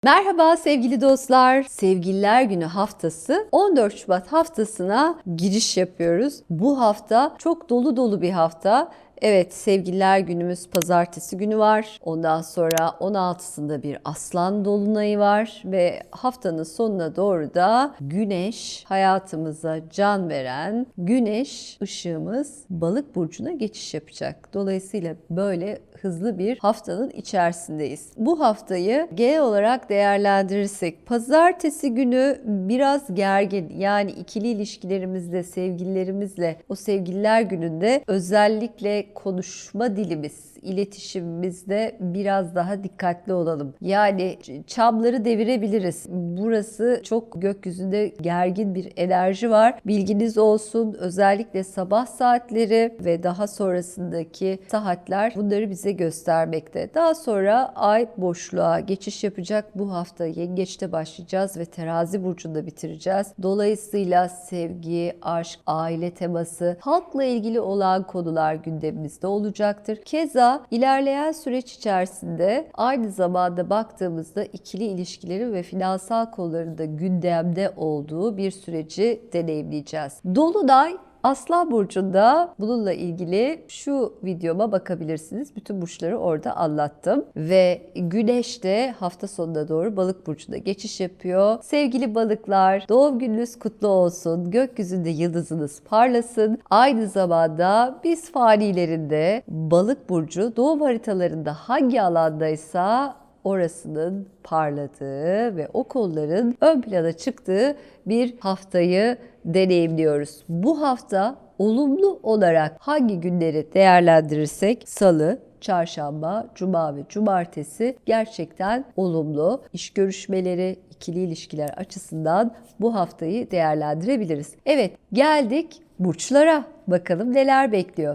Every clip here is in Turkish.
Merhaba sevgili dostlar. Sevgililer Günü haftası 14 Şubat haftasına giriş yapıyoruz. Bu hafta çok dolu dolu bir hafta. Evet, Sevgililer Günümüz pazartesi günü var. Ondan sonra 16'sında bir Aslan dolunayı var ve haftanın sonuna doğru da Güneş, hayatımıza can veren Güneş ışığımız Balık burcuna geçiş yapacak. Dolayısıyla böyle hızlı bir haftanın içerisindeyiz. Bu haftayı genel olarak değerlendirirsek pazartesi günü biraz gergin, yani ikili ilişkilerimizde, sevgililerimizle o sevgililer gününde özellikle konuşma dilimiz, iletişimimizde biraz daha dikkatli olalım. Yani çamları devirebiliriz. Burası çok gökyüzünde gergin bir enerji var. Bilginiz olsun, özellikle sabah saatleri ve daha sonrasındaki saatler bunları bize göstermekte. Daha sonra ay boşluğa geçiş yapacak. Bu hafta Yengeç'te başlayacağız ve Terazi burcunda bitireceğiz. Dolayısıyla sevgi, aşk, aile teması, halkla ilgili olan konular gündemimizde olacaktır. Keza ilerleyen süreç içerisinde aynı zamanda baktığımızda ikili ilişkileri ve finansal konuların da gündemde olduğu bir süreci deneyimleyeceğiz. Dolunay Aslan burcunda, bununla ilgili şu videoma bakabilirsiniz. Bütün burçları orada anlattım. Ve Güneş de hafta sonuna doğru Balık burcuna geçiş yapıyor. Sevgili balıklar, doğum gününüz kutlu olsun. Gökyüzünde yıldızınız parlasın. Aynı zamanda biz fanilerinde Balık burcu doğum haritalarında hangi alandaysa orasının parladığı ve o kolların ön plana çıktığı bir haftayı deneyimliyoruz. Bu hafta olumlu olarak hangi günleri değerlendirirsek Salı, Çarşamba, Cuma ve Cumartesi gerçekten olumlu. İş görüşmeleri, ikili ilişkiler açısından bu haftayı değerlendirebiliriz. Evet, geldik burçlara. Bakalım neler bekliyor.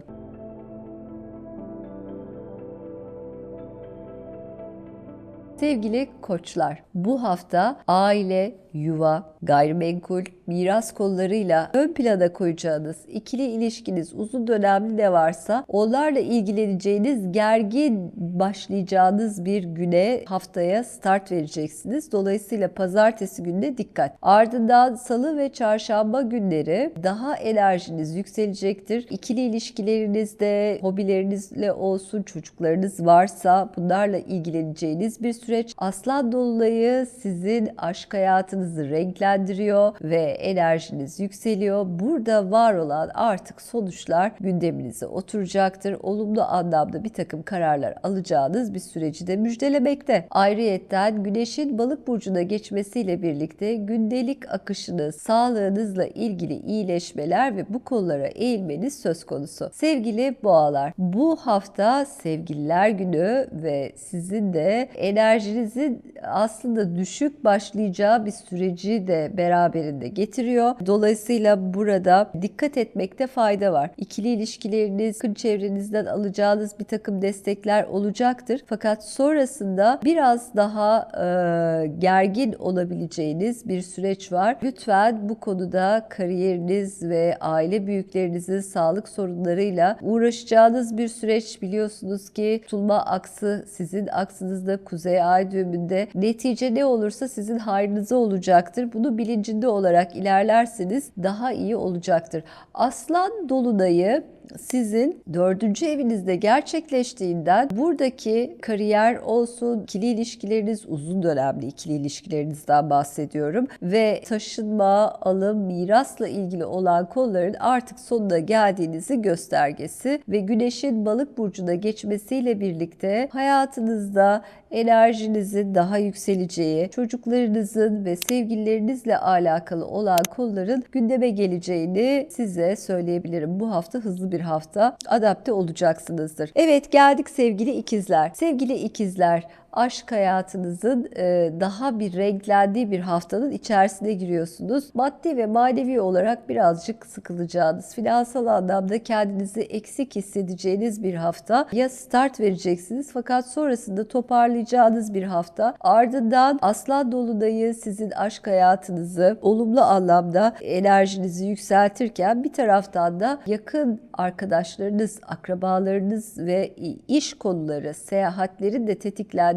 Sevgili koçlar, bu hafta aile, yuva, gayrimenkul, miras konularıyla ön plana koyacağınız, ikili ilişkiniz uzun dönemli ne varsa onlarla ilgileneceğiniz, gergin başlayacağınız bir güne, haftaya start vereceksiniz. Dolayısıyla pazartesi gününe dikkat. Ardından salı ve çarşamba günleri daha enerjiniz yükselecektir. İkili ilişkilerinizde, hobilerinizle olsun, çocuklarınız varsa bunlarla ilgileneceğiniz bir süreç. Aslan dolunayı sizin aşk hayatınızı renklendiriyor ve enerjiniz yükseliyor. Burada var olan artık sonuçlar gündeminize oturacaktır. Olumlu anlamda bir takım kararlar alacağınız bir süreci de müjdelemekte. Ayrıyetten Güneş'in Balık burcuna geçmesiyle birlikte gündelik akışınız, sağlığınızla ilgili iyileşmeler ve bu konulara eğilmeniz söz konusu. Sevgili boğalar, bu hafta Sevgililer Günü ve sizin de enerjinizin aslında düşük başlayacağı bir süreci de beraberinde getiriyor. Dolayısıyla burada dikkat etmekte fayda var. İkili ilişkileriniz, yakın çevrenizden alacağınız bir takım destekler olacaktır. Fakat sonrasında biraz daha gergin olabileceğiniz bir süreç var. Lütfen bu konuda kariyeriniz ve aile büyüklerinizin sağlık sorunlarıyla uğraşacağınız bir süreç. Biliyorsunuz ki tutulma aksı sizin aksınızda Kuzey Ay düğümünde. Netice ne olursa sizin hayrınıza olacaktır. Bunu bilincinde olarak ilerlerseniz daha iyi olacaktır. Aslan dolunayı sizin 4. evinizde gerçekleştiğinden buradaki kariyer olsun, ikili ilişkileriniz, uzun dönemli ikili ilişkilerinizden bahsediyorum ve taşınma, alım, mirasla ilgili olan konuların artık sonuna geldiğinizi göstergesi ve Güneş'in Balık burcuna geçmesiyle birlikte hayatınızda enerjinizin daha yükseleceği, çocuklarınızın ve sevgililerinizle alakalı olan konuların gündeme geleceğini size söyleyebilirim. Bu hafta hızlı bir hafta, adapte olacaksınızdır. Evet, geldik sevgili ikizler. Sevgili ikizler, aşk hayatınızın daha bir renklendiği bir haftanın içerisine giriyorsunuz. Maddi ve manevi olarak birazcık sıkılacağınız, finansal anlamda kendinizi eksik hissedeceğiniz bir hafta ya start vereceksiniz fakat sonrasında toparlayacağınız bir hafta. Ardından Aslan dolunayı sizin aşk hayatınızı olumlu anlamda enerjinizi yükseltirken bir taraftan da yakın arkadaşlarınız, akrabalarınız ve iş konuları, seyahatlerin de tetiklendiği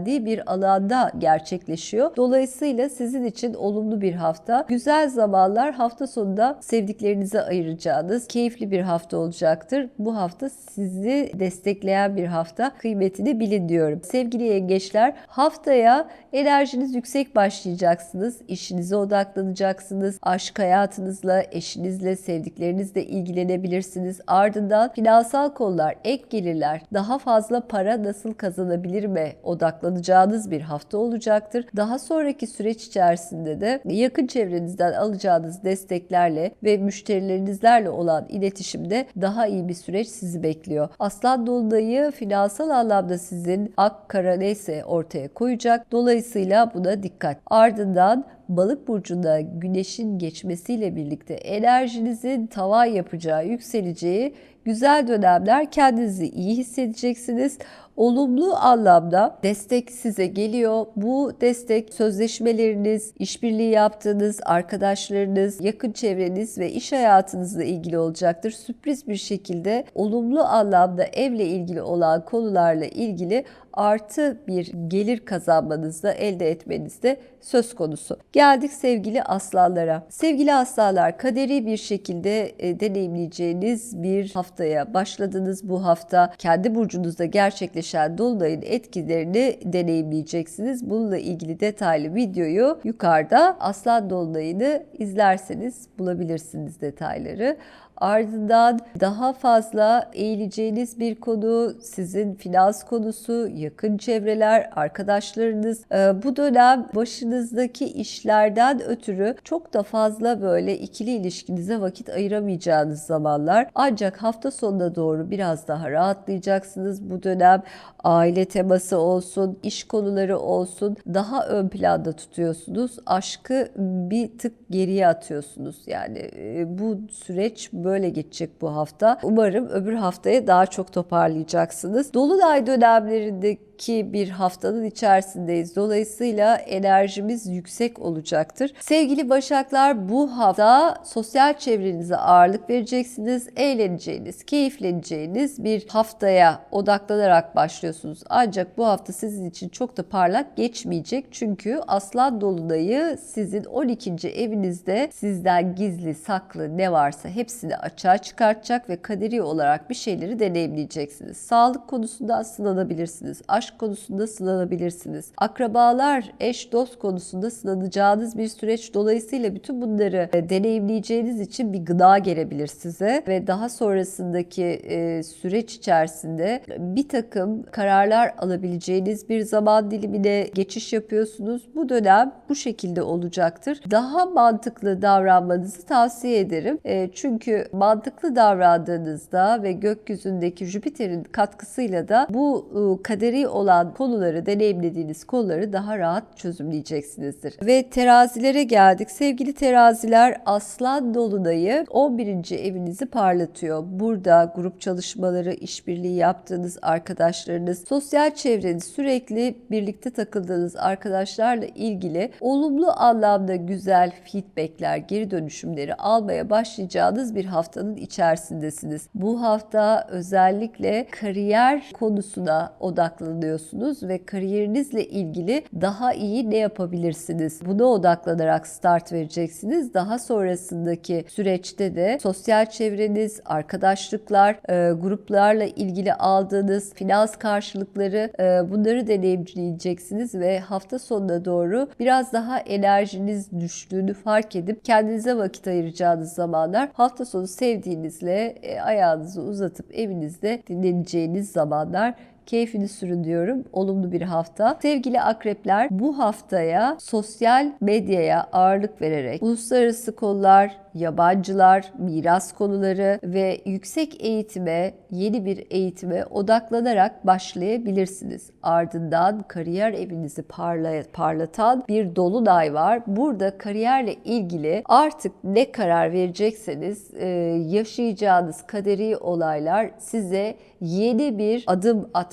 geldiği bir alanda gerçekleşiyor. Dolayısıyla sizin için olumlu bir hafta. Güzel zamanlar, hafta sonunda sevdiklerinize ayıracağınız keyifli bir hafta olacaktır. Bu hafta sizi destekleyen bir hafta. Kıymetini bilin diyorum. Sevgili yengeçler, haftaya enerjiniz yüksek başlayacaksınız. İşinize odaklanacaksınız. Aşk hayatınızla, eşinizle, sevdiklerinizle ilgilenebilirsiniz. Ardından finansal konular, ek gelirler, daha fazla para nasıl kazanabilir mi odaklanacağınız bir hafta olacaktır. Daha sonraki süreç içerisinde de yakın çevrenizden alacağınız desteklerle ve müşterilerinizlerle olan iletişimde daha iyi bir süreç sizi bekliyor. Aslan dolunayı finansal anlamda sizin ak kara neyse ortaya koyacak. Dolayısıyla buna dikkat. Ardından Balık burcunda güneşin geçmesiyle birlikte enerjinizin tavan yapacağı, yükseleceği güzel dönemler, kendinizi iyi hissedeceksiniz. Olumlu anlamda destek size geliyor. Bu destek sözleşmeleriniz, işbirliği yaptığınız arkadaşlarınız, yakın çevreniz ve iş hayatınızla ilgili olacaktır. Sürpriz bir şekilde olumlu anlamda evle ilgili olan konularla ilgili artı bir gelir kazanmanızda, elde etmenizde söz konusu. Geldik sevgili aslanlara. Sevgili aslanlar, kaderi bir şekilde deneyimleyeceğiniz bir haftaya başladınız. Bu hafta kendi burcunuzda gerçekleşen dolunayın etkilerini deneyimleyeceksiniz. Bununla ilgili detaylı videoyu yukarıda Aslan dolunayını izlerseniz bulabilirsiniz detayları. Ardından daha fazla eğileceğiniz bir konu sizin finans konusu, yakın çevreler, arkadaşlarınız. Bu dönem başınızdaki işlerden ötürü çok da fazla böyle ikili ilişkinize vakit ayıramayacağınız zamanlar. Ancak hafta sonuna doğru biraz daha rahatlayacaksınız. Bu dönem aile teması olsun, iş konuları olsun daha ön planda tutuyorsunuz. Aşkı bir tık geriye atıyorsunuz. Yani bu süreç böyle geçecek bu hafta. Umarım öbür haftaya daha çok toparlayacaksınız. Dolunay dönemlerindeki bir haftanın içerisindeyiz. Dolayısıyla enerjimiz yüksek olacaktır. Sevgili Başaklar, bu hafta sosyal çevrenize ağırlık vereceksiniz. Eğleneceğiniz, keyifleneceğiniz bir haftaya odaklanarak başlıyorsunuz. Ancak bu hafta sizin için çok da parlak geçmeyecek. Çünkü Aslan dolunayı sizin 12. evinizde sizden gizli, saklı ne varsa hepsini açığa çıkartacak ve kaderi olarak bir şeyleri deneyimleyeceksiniz. Sağlık konusunda sınanabilirsiniz. Aşk konusunda sınanabilirsiniz. Akrabalar, eş, dost konusunda sınanacağınız bir süreç. Dolayısıyla bütün bunları deneyimleyeceğiniz için bir gıda gelebilir size ve daha sonrasındaki süreç içerisinde bir takım kararlar alabileceğiniz bir zaman dilimine geçiş yapıyorsunuz. Bu dönem bu şekilde olacaktır. Daha mantıklı davranmanızı tavsiye ederim. Çünkü mantıklı davrandığınızda ve gökyüzündeki Jüpiter'in katkısıyla da bu kaderi olan konuları, deneyimlediğiniz konuları daha rahat çözümleyeceksinizdir. Ve terazilere geldik. Sevgili teraziler, Aslan dolunayı 11. evinizi parlatıyor. Burada grup çalışmaları, işbirliği yaptığınız arkadaşlarınız, sosyal çevreniz, sürekli birlikte takıldığınız arkadaşlarla ilgili olumlu anlamda güzel feedbackler, geri dönüşümleri almaya başlayacağınız bir haftanın içerisindesiniz. Bu hafta özellikle kariyer konusuna odaklanıyorsunuz ve kariyerinizle ilgili daha iyi ne yapabilirsiniz? Buna odaklanarak start vereceksiniz. Daha sonrasındaki süreçte de sosyal çevreniz, arkadaşlıklar, gruplarla ilgili aldığınız finans karşılıkları bunları deneyimleyeceksiniz ve hafta sonuna doğru biraz daha enerjiniz düştüğünü fark edip kendinize vakit ayıracağınız zamanlar, hafta sonu sevdiğinizle ayağınızı uzatıp evinizde dinleneceğiniz zamanlar. Keyfini sürün diyorum. Olumlu bir hafta. Sevgili akrepler, bu haftaya sosyal medyaya ağırlık vererek uluslararası konular, yabancılar, miras konuları ve yüksek eğitime, yeni bir eğitime odaklanarak başlayabilirsiniz. Ardından kariyer evinizi parlatan bir dolunay var. Burada kariyerle ilgili artık ne karar verecekseniz yaşayacağınız kaderi olaylar size yeni bir adım atmanızı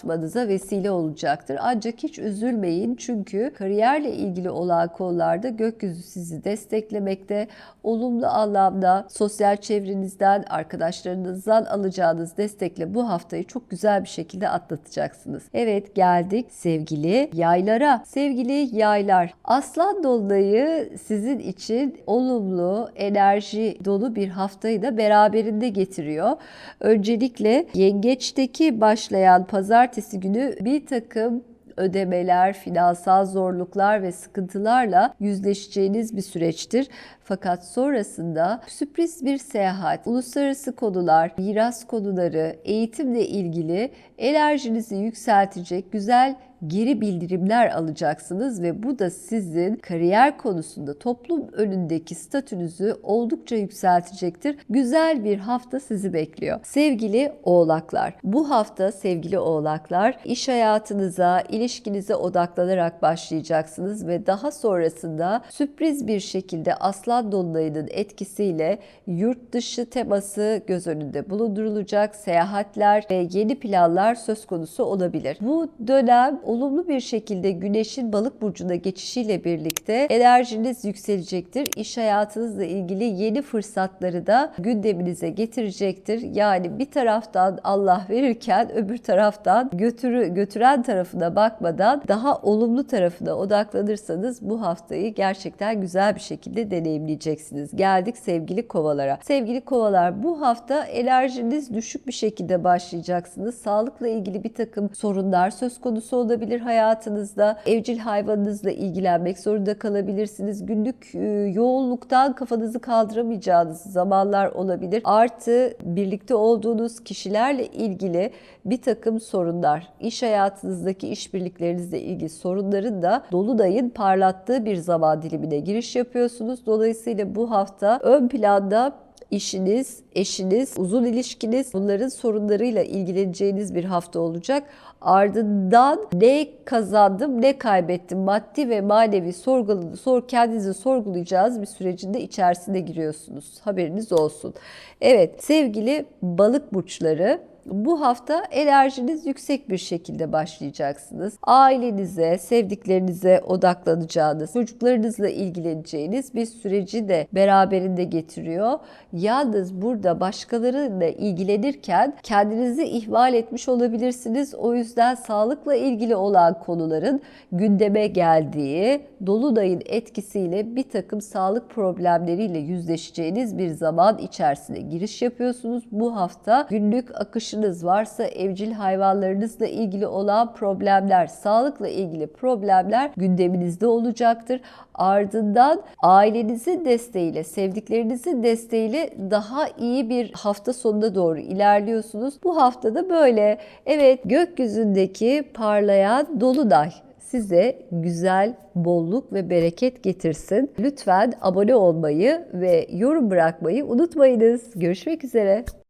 artmanıza vesile olacaktır. Ancak hiç üzülmeyin, çünkü kariyerle ilgili olan konularda gökyüzü sizi desteklemekte. Olumlu anlamda sosyal çevrenizden, arkadaşlarınızdan alacağınız destekle bu haftayı çok güzel bir şekilde atlatacaksınız. Evet, geldik sevgili yaylara. Sevgili yaylar, Aslan Dolunay'ı sizin için olumlu, enerji dolu bir haftayı da beraberinde getiriyor. Öncelikle Yengeç'teki başlayan pazartesi günü bir takım ödemeler, finansal zorluklar ve sıkıntılarla yüzleşeceğiniz bir süreçtir. Fakat sonrasında sürpriz bir seyahat, uluslararası konular, miras konuları, eğitimle ilgili enerjinizi yükseltecek güzel geri bildirimler alacaksınız ve bu da sizin kariyer konusunda toplum önündeki statünüzü oldukça yükseltecektir. Güzel bir hafta sizi bekliyor. Sevgili Oğlaklar, bu hafta sevgili Oğlaklar, iş hayatınıza, ilişkinize odaklanarak başlayacaksınız ve daha sonrasında sürpriz bir şekilde Aslan Dolunay'ının etkisiyle yurt dışı teması göz önünde bulundurulacak, seyahatler ve yeni planlar söz konusu olabilir. Bu dönem olumlu bir şekilde Güneş'in Balık burcuna geçişiyle birlikte enerjiniz yükselecektir. İş hayatınızla ilgili yeni fırsatları da gündeminize getirecektir. Yani bir taraftan Allah verirken öbür taraftan götüren tarafına bakmadan daha olumlu tarafına odaklanırsanız bu haftayı gerçekten güzel bir şekilde deneyimleyeceksiniz. Geldik sevgili Kovalara. Sevgili Kovalar, bu hafta enerjiniz düşük bir şekilde başlayacaksınız. Sağlıkla ilgili bir takım sorunlar söz konusu olabilir hayatınızda. Evcil hayvanınızla ilgilenmek zorunda kalabilirsiniz. Günlük yoğunluktan kafanızı kaldıramayacağınız zamanlar olabilir. Artı birlikte olduğunuz kişilerle ilgili bir takım sorunlar, iş hayatınızdaki işbirliklerinizle ilgili sorunların da Dolunay'ın parlattığı bir zaman dilimine giriş yapıyorsunuz. Dolayısıyla bu hafta ön planda İşiniz, eşiniz, uzun ilişkiniz, bunların sorunlarıyla ilgileneceğiniz bir hafta olacak. Ardından ne kazandım, ne kaybettim, maddi ve manevi kendinizi sorgulayacağınız bir sürecin de içerisine giriyorsunuz. Haberiniz olsun. Evet, sevgili balık burçları, bu hafta enerjiniz yüksek bir şekilde başlayacaksınız. Ailenize, sevdiklerinize odaklanacağınız, çocuklarınızla ilgileneceğiniz bir süreci de beraberinde getiriyor. Yalnız burada başkalarıyla ilgilenirken kendinizi ihmal etmiş olabilirsiniz. O yüzden sağlıkla ilgili olan konuların gündeme geldiği, Dolunay'ın etkisiyle bir takım sağlık problemleriyle yüzleşeceğiniz bir zaman içerisine giriş yapıyorsunuz. Bu hafta günlük akışınız varsa evcil hayvanlarınızla ilgili olan problemler, sağlıkla ilgili problemler gündeminizde olacaktır. Ardından ailenizin desteğiyle, sevdiklerinizin desteğiyle daha iyi bir hafta sonuna doğru ilerliyorsunuz. Bu haftada böyle, evet, gökyüzündeki parlayan Dolunay size güzel bolluk ve bereket getirsin. Lütfen abone olmayı ve yorum bırakmayı unutmayınız. Görüşmek üzere.